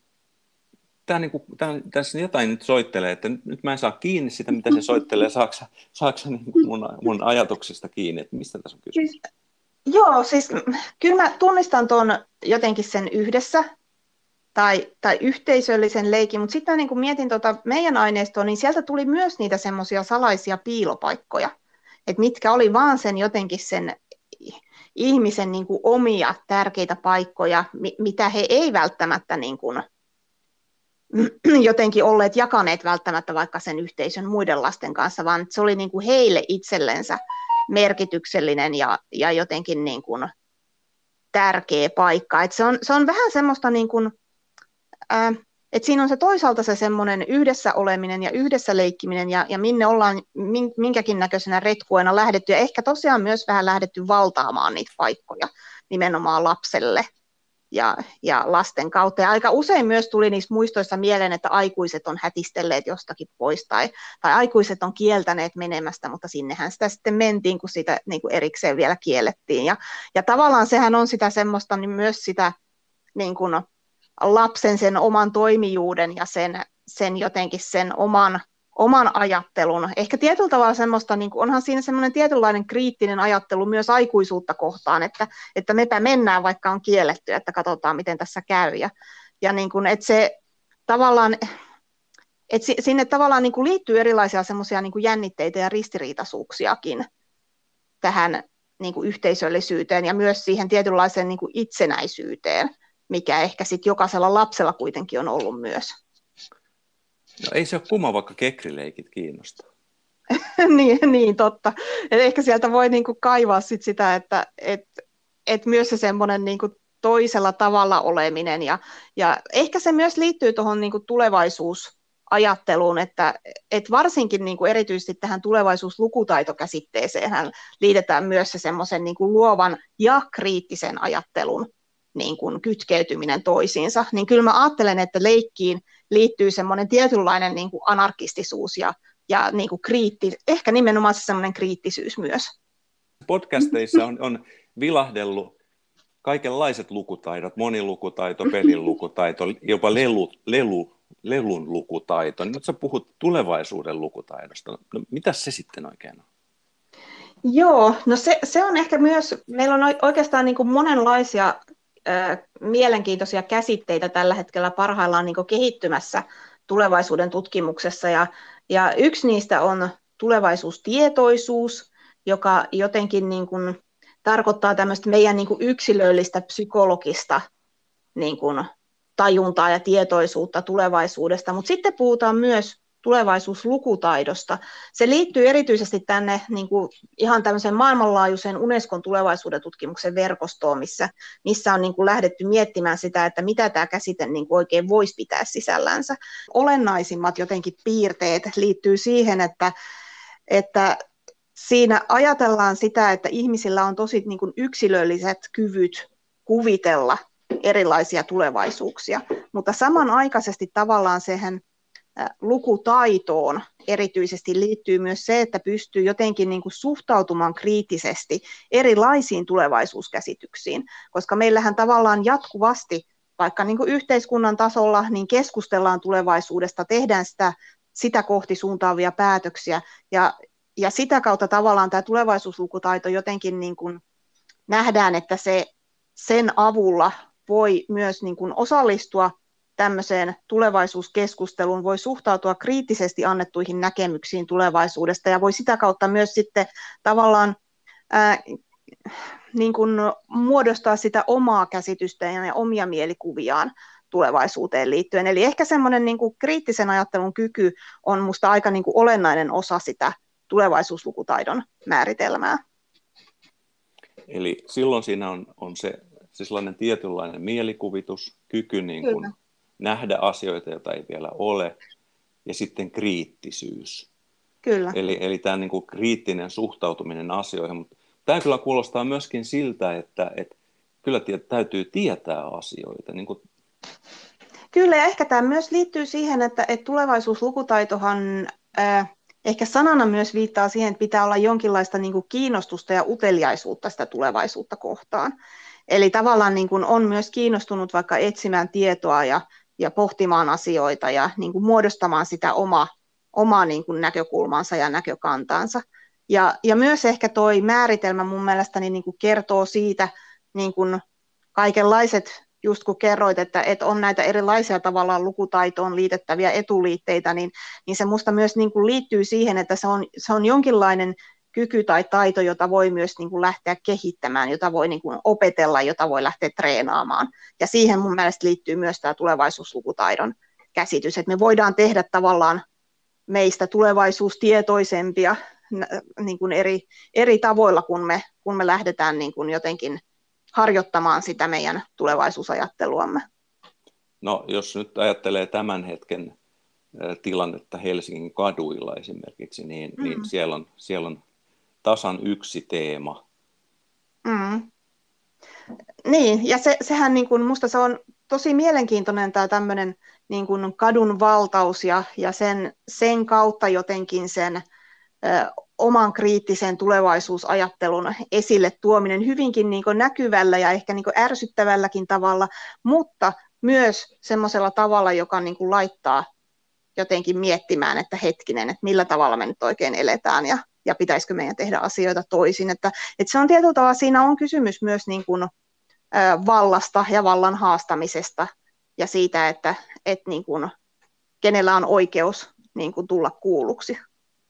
tässä jotain nyt soittelee, että nyt mä en saa kiinni sitä, mitä se soittelee. Saako niin mun ajatuksesta kiinni, että mistä tässä on kysymys? Joo, siis kyllä mä tunnistan tuon jotenkin sen yhdessä tai yhteisöllisen leikin, mutta sitten mä niin kun mietin meidän aineistoa, niin sieltä tuli myös niitä semmoisia salaisia piilopaikkoja, että mitkä oli vaan sen jotenkin sen ihmisen niin kuin omia tärkeitä paikkoja, mitä he ei välttämättä niin kuin jotenkin olleet jakaneet välttämättä vaikka sen yhteisön muiden lasten kanssa, vaan se oli niin kuin heille itsellensä merkityksellinen ja jotenkin niin kuin tärkeä paikka. Et se on vähän semmoista, niin kuin, että siinä on se toisaalta se semmoinen yhdessä oleminen ja yhdessä leikkiminen ja minne ollaan minkäkin näköisenä retkuena lähdetty ja ehkä tosiaan myös vähän lähdetty valtaamaan niitä paikkoja nimenomaan lapselle ja lasten kautta. Ja aika usein myös tuli niissä muistoissa mieleen, että aikuiset on hätistelleet jostakin pois tai aikuiset on kieltäneet menemästä, mutta sinnehän sitä sitten mentiin, kun sitä niin kuin erikseen vielä kiellettiin. Ja tavallaan sehän on sitä semmoista, niin myös sitä niin kuin lapsen sen oman toimijuuden ja sen jotenkin sen oman ajattelun. Ehkä tietyllä tavalla semmoista, niin kuin, onhan siinä semmoinen tietynlainen kriittinen ajattelu myös aikuisuutta kohtaan, että mepä mennään, vaikka on kielletty, että katsotaan, miten tässä käy. Ja niin kuin, että se tavallaan, että sinne tavallaan niin kuin liittyy erilaisia semmoisia niin kuin jännitteitä ja ristiriitaisuuksiakin tähän niin kuin yhteisöllisyyteen ja myös siihen tietynlaiseen niin kuin itsenäisyyteen, mikä ehkä sitten jokaisella lapsella kuitenkin on ollut myös. No ei se ole kumma, vaikka kekrileikit kiinnostaa. niin, totta. Et ehkä sieltä voi niinku kaivaa sitä, että myös se semmoinen niinku toisella tavalla oleminen. Ja ehkä se myös liittyy tuohon niinku tulevaisuusajatteluun, että varsinkin niinku erityisesti tähän tulevaisuuslukutaitokäsitteeseen liitetään myös se semmoisen niinku luovan ja kriittisen ajattelun niin kuin kytkeytyminen toisiinsa, niin kyllä mä ajattelen, että leikkiin liittyy semmoinen tietynlainen niin kuin anarkistisuus ja niin kuin ehkä nimenomaan se semmoinen kriittisyys myös. Podcasteissa on vilahdellut kaikenlaiset lukutaidot, monilukutaito, pelin lukutaito, jopa lelun lukutaito. Nyt sä puhut tulevaisuuden lukutaidosta. No, mitä se sitten oikein on? Joo, no se on ehkä myös, meillä on oikeastaan niin kuin monenlaisia mielenkiintoisia käsitteitä tällä hetkellä parhaillaan niin kuin kehittymässä tulevaisuuden tutkimuksessa. Ja yksi niistä on tulevaisuustietoisuus, joka jotenkin niin kuin tarkoittaa tämmöistä meidän niin kuin yksilöllistä psykologista niin kuin tajuntaa ja tietoisuutta tulevaisuudesta. Mutta sitten puhutaan myös tulevaisuuslukutaidosta. Se liittyy erityisesti tänne niin kuin ihan tämmöiseen maailmanlaajuiseen Unescon tulevaisuuden tutkimuksen verkostoon, missä on niin kuin lähdetty miettimään sitä, että mitä tämä käsite niin kuin oikein voisi pitää sisällänsä. Olennaisimmat jotenkin piirteet liittyy siihen, että siinä ajatellaan sitä, että ihmisillä on tosi niin kuin yksilölliset kyvyt kuvitella erilaisia tulevaisuuksia, mutta samanaikaisesti tavallaan siihen lukutaitoon erityisesti liittyy myös se, että pystyy jotenkin niin kuin suhtautumaan kriittisesti erilaisiin tulevaisuuskäsityksiin, koska meillähän tavallaan jatkuvasti, vaikka niin kuin yhteiskunnan tasolla, niin keskustellaan tulevaisuudesta, tehdään sitä kohti suuntaavia päätöksiä, ja sitä kautta tavallaan tämä tulevaisuuslukutaito jotenkin niin kuin nähdään, että sen avulla voi myös niin kuin osallistua tämmöiseen tulevaisuuskeskusteluun, voi suhtautua kriittisesti annettuihin näkemyksiin tulevaisuudesta ja voi sitä kautta myös sitten tavallaan niin kuin muodostaa sitä omaa käsitystään ja omia mielikuviaan tulevaisuuteen liittyen. Eli ehkä semmoinen niin kuin kriittisen ajattelun kyky on musta aika niin kuin olennainen osa sitä tulevaisuuslukutaidon määritelmää. Eli silloin siinä on se sellainen tietynlainen mielikuvitus, kyky niin kuin nähdä asioita, joita ei vielä ole, ja sitten kriittisyys. Kyllä. Eli tämä niin kuin kriittinen suhtautuminen asioihin. Mutta tämä kyllä kuulostaa myöskin siltä, että kyllä täytyy tietää asioita. Niin kuin... Kyllä, ja ehkä tämä myös liittyy siihen, että tulevaisuuslukutaitohan ehkä sanana myös viittaa siihen, että pitää olla jonkinlaista niin kuin kiinnostusta ja uteliaisuutta sitä tulevaisuutta kohtaan. Eli tavallaan niin kuin on myös kiinnostunut vaikka etsimään tietoa ja pohtimaan asioita ja niin kuin muodostamaan sitä omaa niin kuin näkökulmansa ja näkökantaansa. Ja myös ehkä tuo määritelmä mun mielestäni niin kuin kertoo siitä niin kuin kaikenlaiset, just kun kerroit, että on näitä erilaisia tavallaan lukutaitoon liitettäviä etuliitteitä, niin se musta myös niin kuin liittyy siihen, että se on jonkinlainen kyky tai taito, jota voi myös niin kuin lähteä kehittämään, jota voi niin kuin opetella, jota voi lähteä treenaamaan. Ja siihen mun mielestä liittyy myös tämä tulevaisuuslukutaidon käsitys, että me voidaan tehdä tavallaan meistä tulevaisuustietoisempia niin kuin eri tavoilla, kun me lähdetään niin kuin jotenkin harjoittamaan sitä meidän tulevaisuusajatteluamme. No, jos nyt ajattelee tämän hetken tilannetta Helsingin kaduilla esimerkiksi, niin siellä on tasan yksi teema. Niin, ja sehän niin kuin, musta se on tosi mielenkiintoinen tämä tämmöinen niin kuin kadun valtaus ja sen kautta jotenkin sen oman kriittisen tulevaisuusajattelun esille tuominen hyvinkin niin kuin näkyvällä ja ehkä niin kuin ärsyttävälläkin tavalla, mutta myös semmoisella tavalla, joka niin kuin laittaa jotenkin miettimään, että hetkinen, että millä tavalla me nyt oikein eletään ja pitäisikö meidän tehdä asioita toisin. Että se on tietyllä tavalla, siinä on kysymys myös niin kuin, vallasta ja vallan haastamisesta ja siitä, että niin kuin, kenellä on oikeus niin kuin, tulla kuulluksi.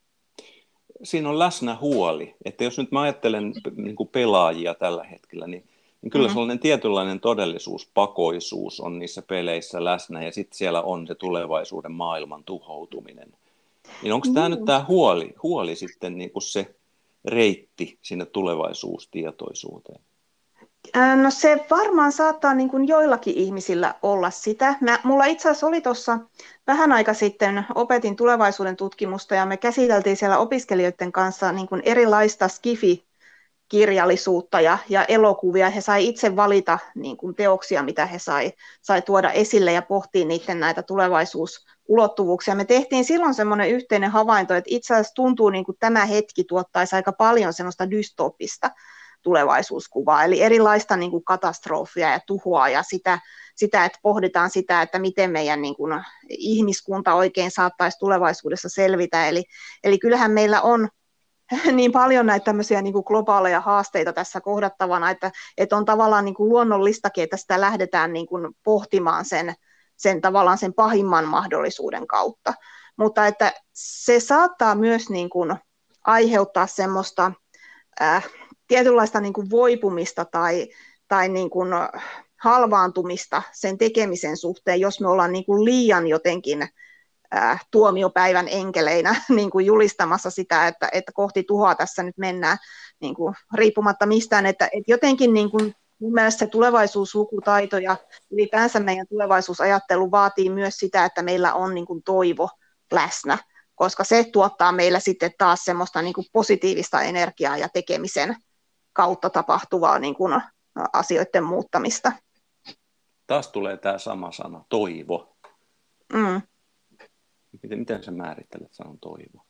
Siinä on läsnä huoli, että jos nyt mä ajattelen niin kuin pelaajia tällä hetkellä, niin kyllä sellainen tietynlainen todellisuuspakoisuus on niissä peleissä läsnä, ja sitten siellä on se tulevaisuuden maailman tuhoutuminen. Niin onko tämä nyt tämä huoli sitten niin kuin se reitti sinne tulevaisuustietoisuuteen? No se varmaan saattaa niin kuin joillakin ihmisillä olla sitä. Mulla itse asiassa oli tuossa vähän aika sitten, opetin tulevaisuuden tutkimusta ja me käsiteltiin siellä opiskelijoiden kanssa niin kuin erilaista skifi-kirjallisuutta ja elokuvia. He sai itse valita niin kuin teoksia, mitä he sai tuoda esille ja pohtia niiden näitä tulevaisuusulottuvuuksia. Me tehtiin silloin semmoinen yhteinen havainto, että itse asiassa tuntuu niin kuin tämä hetki tuottaisi aika paljon semmoista dystopista tulevaisuuskuvaa, eli erilaista niin kuin katastrofia ja tuhoa ja sitä, että pohditaan sitä, että miten meidän niin kuin, ihmiskunta oikein saattaisi tulevaisuudessa selvitä. Eli kyllähän meillä on niin paljon näitä tämmöisiä niin kuin globaaleja haasteita tässä kohdattavana, että on tavallaan niin kuin luonnollistakin, että sitä lähdetään niin kuin pohtimaan sen tavallaan sen pahimman mahdollisuuden kautta. Mutta että se saattaa myös niin kuin aiheuttaa semmoista tietynlaista niin kuin voipumista tai niin kuin halvaantumista sen tekemisen suhteen, jos me ollaan niin kuin liian jotenkin tuomiopäivän enkeleinä niin kuin julistamassa sitä, että kohti tuhoa tässä nyt mennään niin kuin riippumatta mistään, että jotenkin niin kuin mun mielestä se tulevaisuuslukutaito ja ylipäänsä meidän tulevaisuusajattelu vaatii myös sitä, että meillä on niin kuin toivo läsnä, koska se tuottaa meillä sitten taas semmoista niin kuin positiivista energiaa ja tekemisen kautta tapahtuvaa niin kuin asioiden muuttamista. Taas tulee tämä sama sana, toivo. Mm. Miten sä määrittelet sanan toivo?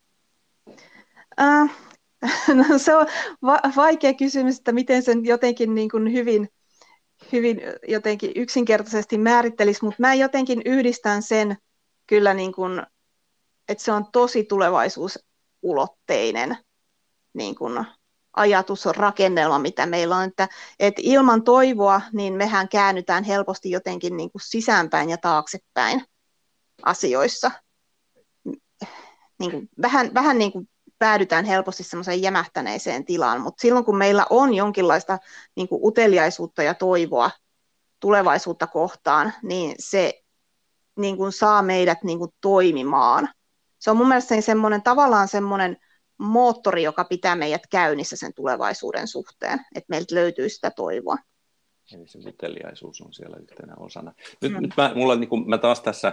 No, se on vaikea kysymys, että miten sen jotenkin niin kuin hyvin jotenkin yksinkertaisesti määrittelisi, mutta mä jotenkin yhdistän sen kyllä, niin kuin, että se on tosi tulevaisuusulotteinen niin kuin ajatusrakennelma, mitä meillä on, että ilman toivoa niin mehän käännytään helposti jotenkin niin kuin sisäänpäin ja taaksepäin asioissa. Niin kuin, vähän niin kuin päädytään helposti semmoiseen jämähtäneeseen tilaan, mutta silloin kun meillä on jonkinlaista niin kuin uteliaisuutta ja toivoa tulevaisuutta kohtaan, niin se niin kuin saa meidät niin kuin toimimaan. Se on mun mielestä tavallaan semmoinen moottori, joka pitää meidät käynnissä sen tulevaisuuden suhteen, että meiltä löytyy sitä toivoa. Eli se uteliaisuus on siellä yhtenä osana. Nyt mä taas tässä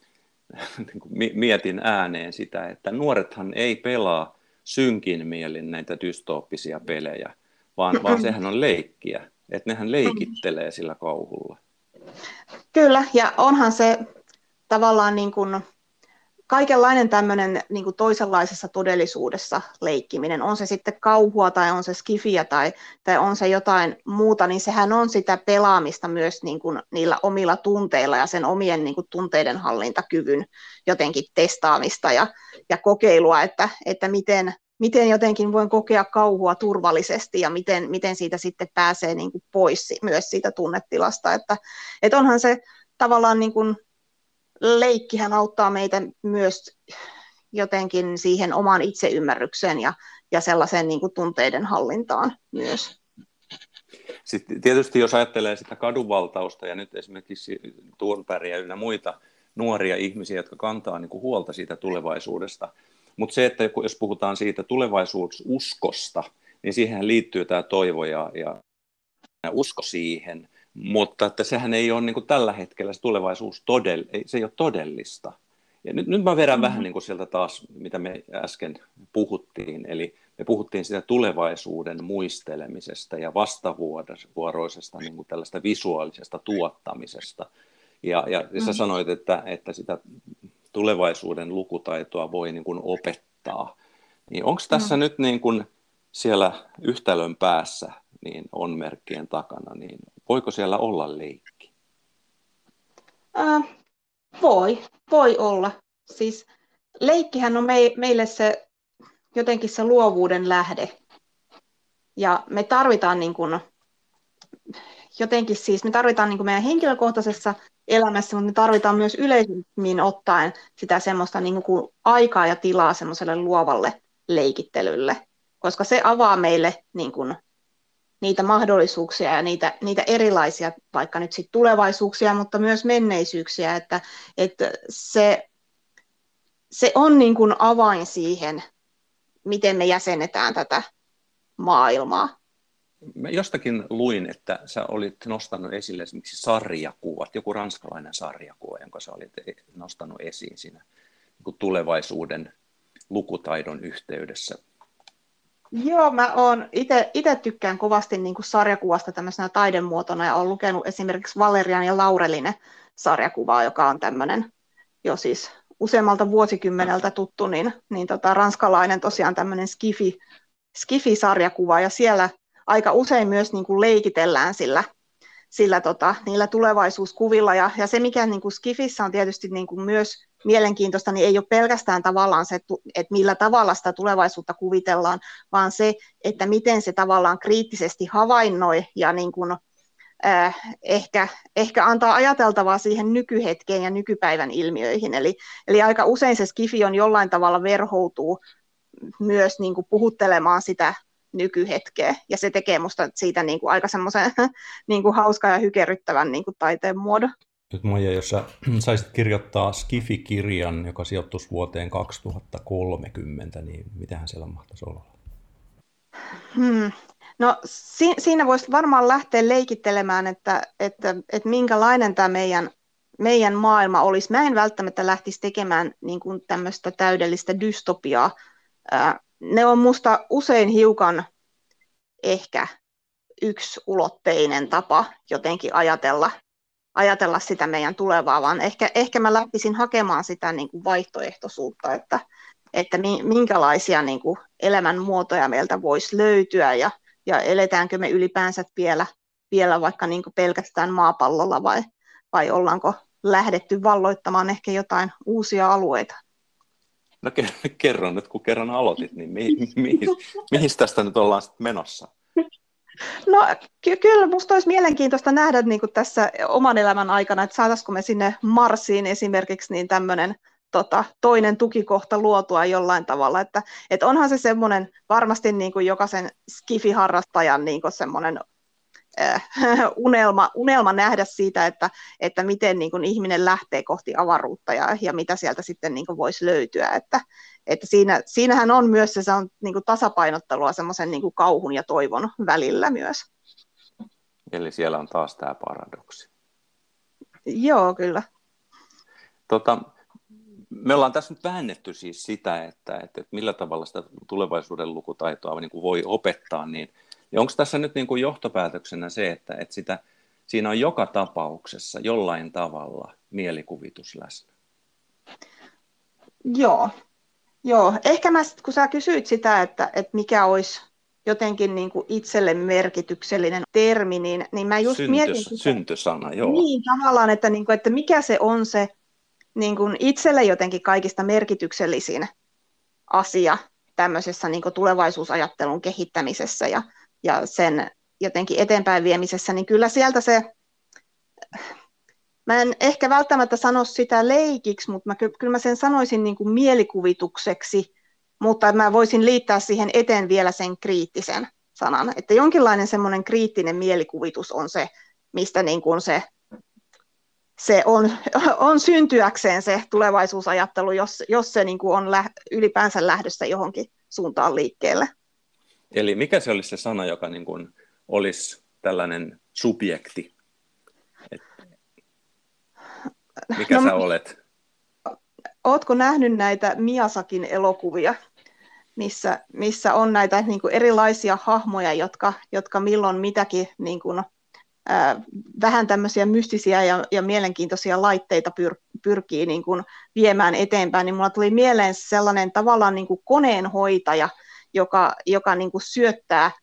mietin ääneen sitä, että nuorethan ei pelaa synkin mielin näitä dystooppisia pelejä, vaan sehän on leikkiä, että nehän leikittelee sillä kauhulla. Kyllä, ja onhan se tavallaan niin kuin kaikenlainen tämmöinen niin kuin toisenlaisessa todellisuudessa leikkiminen, on se sitten kauhua tai on se skifiä tai on se jotain muuta, niin sehän on sitä pelaamista myös niin kuin niillä omilla tunteilla ja sen omien niin kuin tunteiden hallintakyvyn jotenkin testaamista ja kokeilua, että miten jotenkin voin kokea kauhua turvallisesti ja miten siitä sitten pääsee niin kuin pois myös siitä tunnetilasta, että onhan se tavallaan niin kuin leikkihän auttaa meitä myös jotenkin siihen omaan itseymmärrykseen ja sellaiseen niin kuin tunteiden hallintaan myös. Sitten tietysti jos ajattelee sitä kadunvaltausta ja nyt esimerkiksi Thornbergia ynnä muita nuoria ihmisiä, jotka kantaa niin kuin huolta siitä tulevaisuudesta, mutta se, että jos puhutaan siitä tulevaisuususkosta, niin siihen liittyy tämä toivo ja usko siihen, mutta että sehän ei ole niin kuin tällä hetkellä se tulevaisuus se ei ole todellista. Ja nyt mä vedän vähän niin kuin sieltä taas, mitä me äsken puhuttiin, eli me puhuttiin sitä tulevaisuuden muistelemisesta ja vastavuoroisesta niin kuin tällaista visuaalisesta tuottamisesta. Ja sä sanoit, että sitä tulevaisuuden lukutaitoa voi niin kuin opettaa. Niin onko tässä nyt niin kuin siellä yhtälön päässä niin on merkkien takana, niin voiko siellä olla leikki? Voi olla. Siis leikkihän on meille se jotenkin se luovuuden lähde. Ja me tarvitaan niin kuin, jotenkin siis, me tarvitaan niin kuin meidän henkilökohtaisessa elämässä, mutta me tarvitaan myös yleisemmin ottaen sitä semmoista niin kuin aikaa ja tilaa semmoiselle luovalle leikittelylle, koska se avaa meille niin kuin niitä mahdollisuuksia ja niitä erilaisia, vaikka nyt sitten tulevaisuuksia, mutta myös menneisyyksiä, että se on niin kuin avain siihen, miten me jäsennetään tätä maailmaa. Mä jostakin luin, että sä olit nostanut esille esimerkiksi sarjakuvat, joku ranskalainen sarjakuva, jonka sä olit nostanut esiin siinä niin tulevaisuuden lukutaidon yhteydessä. Joo, mä oon itse tykkään kovasti niin kuin sarjakuvasta tämmöisenä taidemuotona ja olen lukenut esimerkiksi Valerian ja Laurelin sarjakuvaa, joka on tämmöinen jo siis useammalta vuosikymmeneltä tuttu, niin ranskalainen tosiaan tämmöinen skifi-sarjakuva ja siellä aika usein myös niin kuin leikitellään niillä tulevaisuuskuvilla ja se mikä niin kuin skifissä on tietysti niin kuin myös mielenkiintoista, niin ei ole pelkästään tavallaan se, että millä tavalla sitä tulevaisuutta kuvitellaan, vaan se, että miten se tavallaan kriittisesti havainnoi ja niin kuin, ehkä antaa ajateltavaa siihen nykyhetkeen ja nykypäivän ilmiöihin. Eli aika usein se skifi on jollain tavalla verhoutuu myös niin kuin puhuttelemaan sitä nykyhetkeä, ja se tekee musta siitä niin kuin aika semmoisen niin kuin hauskan ja hykerryttävän niin kuin taiteen muodon. Nyt Maija, jos sä saisit kirjoittaa Skifi-kirjan, joka sijoittuisi vuoteen 2030, niin mitähän siellä mahtaisi olla? No siinä voisi varmaan lähteä leikittelemään, että minkälainen tämä meidän maailma olisi. Mä en välttämättä lähtisi tekemään niin kuin tämmöistä täydellistä dystopiaa. Ne on musta usein hiukan ehkä yksiulotteinen tapa jotenkin ajatella sitä meidän tulevaa, vaan ehkä mä lähtisin hakemaan sitä niin kuin vaihtoehtoisuutta, että minkälaisia niin kuin elämänmuotoja meiltä voisi löytyä ja eletäänkö me ylipäänsä vielä vaikka niin kuin pelkästään maapallolla vai ollaanko lähdetty valloittamaan ehkä jotain uusia alueita. No kerro nyt, kun kerran aloitit, niin mihin tästä nyt ollaan sitten menossa? No kyllä musta olisi mielenkiintoista nähdä niin kuin tässä oman elämän aikana, että saataisiko me sinne Marsiin esimerkiksi niin tämmöinen toinen tukikohta luotua jollain tavalla, että onhan se semmoinen varmasti niin kuin jokaisen skifi-harrastajan niin kuin semmoinen unelma nähdä siitä, että miten niin kuin ihminen lähtee kohti avaruutta ja mitä sieltä sitten niin kuin voisi löytyä, että siinähän on myös se on niin kuin tasapainottelua semmoisen niin kuin kauhun ja toivon välillä myös. Eli siellä on taas tämä paradoksi. Joo, kyllä. Me ollaan tässä nyt väännetty siis sitä, että millä tavalla sitä tulevaisuuden lukutaitoa niin kuin voi opettaa, niin onko tässä nyt niin kuin johtopäätöksenä se, että siinä on joka tapauksessa jollain tavalla mielikuvitus läsnä? Joo. Ehkä kun sä kysyit sitä, että mikä olisi jotenkin niin kuin itselle merkityksellinen termi, niin mä just mietin sitä. Syntysana, joo. Niin, tavallaan, että mikä se on se niin kuin itselle jotenkin kaikista merkityksellisin asia tämmöisessä niin kuin tulevaisuusajattelun kehittämisessä ja sen jotenkin eteenpäin viemisessä, niin kyllä sieltä mä en ehkä välttämättä sano sitä leikiksi, mutta kyllä mä sen sanoisin niin kuin mielikuvitukseksi, mutta mä voisin liittää siihen eteen vielä sen kriittisen sanan, että jonkinlainen semmoinen kriittinen mielikuvitus on se, mistä niin kuin se on syntyäkseen se tulevaisuusajattelu, jos se niin kuin on ylipäänsä lähdössä johonkin suuntaan liikkeelle. Eli mikä se olisi se sana, joka niin kuin olisi tällainen subjekti? Mikä sä olet? Ootko nähnyt näitä Miyazakin elokuvia, missä on näitä niin kuin erilaisia hahmoja, jotka milloin mitäkin niin kuin, vähän tämmöisiä mystisiä ja mielenkiintoisia laitteita pyrkii niin kuin viemään eteenpäin, niin mulla tuli mieleen sellainen tavallaan niin kuin koneenhoitaja, joka niin kuin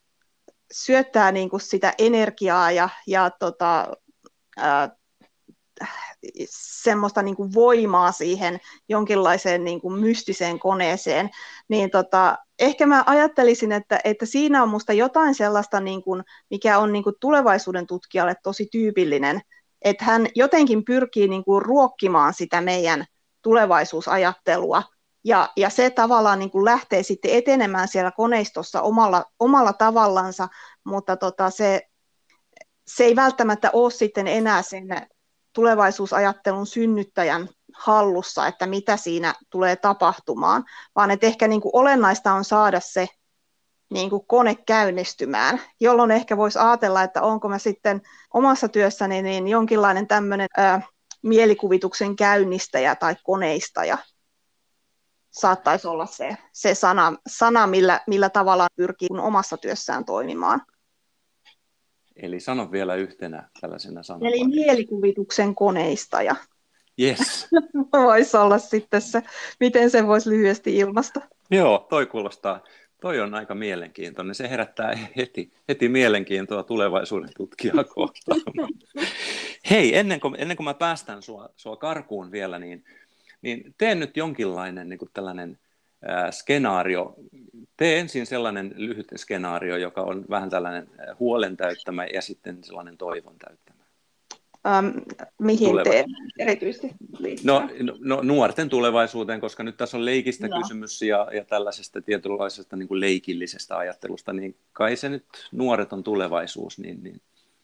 syöttää niin kuin sitä energiaa ja semmoista niin kuin voimaa siihen jonkinlaiseen niin kuin mystiseen koneeseen, niin ehkä mä ajattelisin, että siinä on musta jotain sellaista, niin kuin, mikä on niin kuin tulevaisuuden tutkijalle tosi tyypillinen, että hän jotenkin pyrkii niin kuin ruokkimaan sitä meidän tulevaisuusajattelua, ja se tavallaan niin kuin lähtee sitten etenemään siellä koneistossa omalla tavallansa, mutta se ei välttämättä ole sitten enää sen tulevaisuusajattelun synnyttäjän hallussa, että mitä siinä tulee tapahtumaan, vaan että ehkä niin kuin olennaista on saada se niin kuin kone käynnistymään, jolloin ehkä voisi ajatella, että onko mä sitten omassa työssäni niin jonkinlainen tämmöinen mielikuvituksen käynnistäjä tai koneistaja. Saattaisi olla se sana millä tavalla pyrkii omassa työssään toimimaan. Eli sano vielä yhtenä tällaisena sanana. Eli mielikuvituksen koneistaja. Yes. Voisi olla sitten se, miten sen voisi lyhyesti ilmaista. Joo, toi on aika mielenkiintoinen. Se herättää heti mielenkiintoa tulevaisuuden tutkijaa kohtaan. Hei, ennen kuin mä päästän sua karkuun vielä, niin tee nyt jonkinlainen niin kuin tällainen skenaario. Tee ensin sellainen lyhyt skenaario, joka on vähän tällainen huolen täyttämä ja sitten sellainen toivon täyttämä. Mihin erityisesti liittyy? No nuorten tulevaisuuteen, koska nyt tässä on leikistä kysymys ja tällaisesta tietynlaisesta niin kuin leikillisestä ajattelusta, niin kai se nyt nuoret on tulevaisuus. Niin.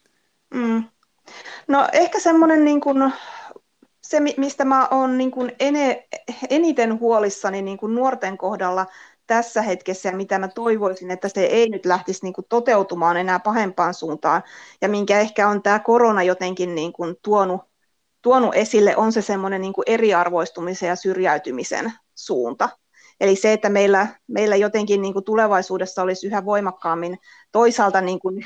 No ehkä semmoinen, niin kuin, se mistä mä oon niin kuin eniten huolissani niin kuin nuorten kohdalla tässä hetkessä ja mitä mä toivoisin, että se ei nyt lähtisi niin kuin toteutumaan enää pahempaan suuntaan ja minkä ehkä on tämä korona jotenkin niin kuin tuonut esille, on se semmoinen niin kuin eriarvoistumisen ja syrjäytymisen suunta. Eli se, että meillä jotenkin niin kuin tulevaisuudessa olisi yhä voimakkaammin toisaalta niin kuin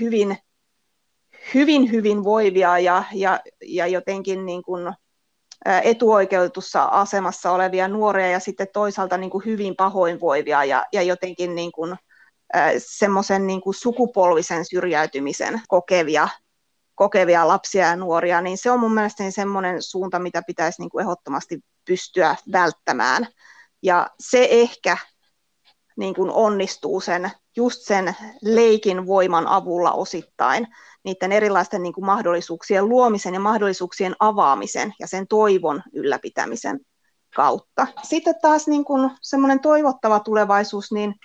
hyvin voivia ja jotenkin niin kuin etuoikeutussa asemassa olevia nuoria ja sitten toisaalta niin kuin hyvin pahoinvoivia ja jotenkin niin kuin semmoisen niin kuin sukupolvisen syrjäytymisen kokevia lapsia ja nuoria, niin se on mun mielestäni semmoinen suunta, mitä pitäisi niin kuin ehdottomasti pystyä välttämään. Ja se ehkä niin kuin onnistuu just sen leikin voiman avulla osittain, niiden erilaisten niin kuin mahdollisuuksien luomisen ja mahdollisuuksien avaamisen ja sen toivon ylläpitämisen kautta. Sitten taas niin kuin semmoinen toivottava tulevaisuus, niin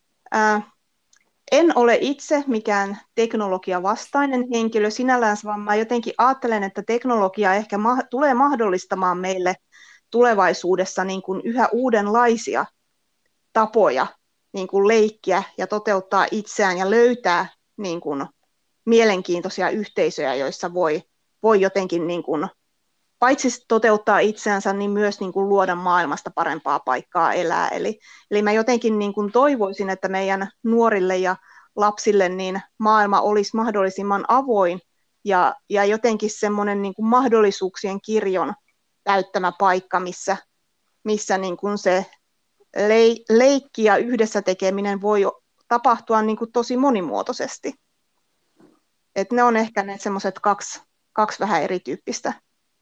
en ole itse mikään teknologiavastainen henkilö sinällään, vaan mä jotenkin ajattelen, että teknologia ehkä tulee mahdollistamaan meille tulevaisuudessa niin kuin yhä uudenlaisia tapoja niin kuin leikkiä ja toteuttaa itseään ja löytää niin kuin mielenkiintoisia yhteisöjä, joissa voi jotenkin niin kuin, paitsi toteuttaa itseänsä, niin myös niin kuin luoda maailmasta parempaa paikkaa elää. Eli mä jotenkin niin kuin toivoisin, että meidän nuorille ja lapsille niin maailma olisi mahdollisimman avoin ja jotenkin semmoinen niin kuin mahdollisuuksien kirjon täyttämä paikka, missä niin kuin se leikki ja yhdessä tekeminen voi tapahtua niin kuin tosi monimuotoisesti. Et ne on ehkä ne semmoiset kaksi vähän erityyppistä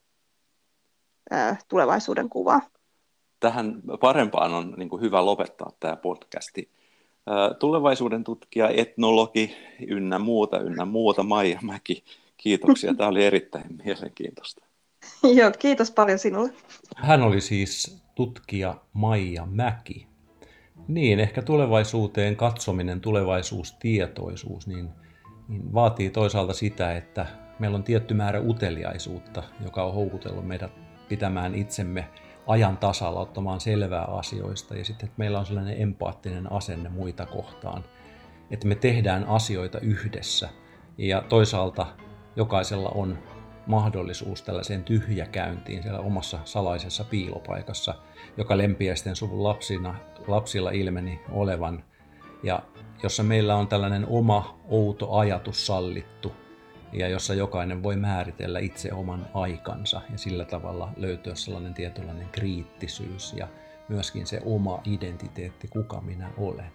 tulevaisuuden kuvaa. Tähän parempaan on niin kuin hyvä lopettaa tämä podcasti. Tulevaisuuden tutkija, etnologi ynnä muuta, Maija Mäki. Kiitoksia, tämä oli erittäin mielenkiintoista. Joo, kiitos paljon sinulle. Hän oli siis tutkija Maija Mäki. Niin, ehkä tulevaisuuteen katsominen, tulevaisuustietoisuus, niin vaatii toisaalta sitä, että meillä on tietty määrä uteliaisuutta, joka on houkutellut meidät pitämään itsemme ajan tasalla, ottamaan selvää asioista. Ja sitten, että meillä on sellainen empaattinen asenne muita kohtaan, että me tehdään asioita yhdessä. Ja toisaalta jokaisella on mahdollisuus tällaiseen tyhjäkäyntiin siellä omassa salaisessa piilopaikassa, joka lempiäisten suvun lapsilla ilmeni olevan. Ja jossa meillä on tällainen oma outo ajatus sallittu ja jossa jokainen voi määritellä itse oman aikansa ja sillä tavalla löytyä sellainen tietynlainen kriittisyys ja myöskin se oma identiteetti, kuka minä olen.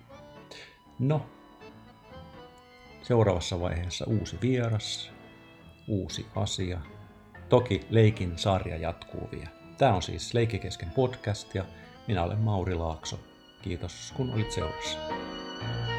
No, seuraavassa vaiheessa uusi vieras, uusi asia toki leikin sarja jatkuu vielä. Tämä on siis Leikki kesken podcast ja minä olen Mauri Laakso. Kiitos kun olit seurassa.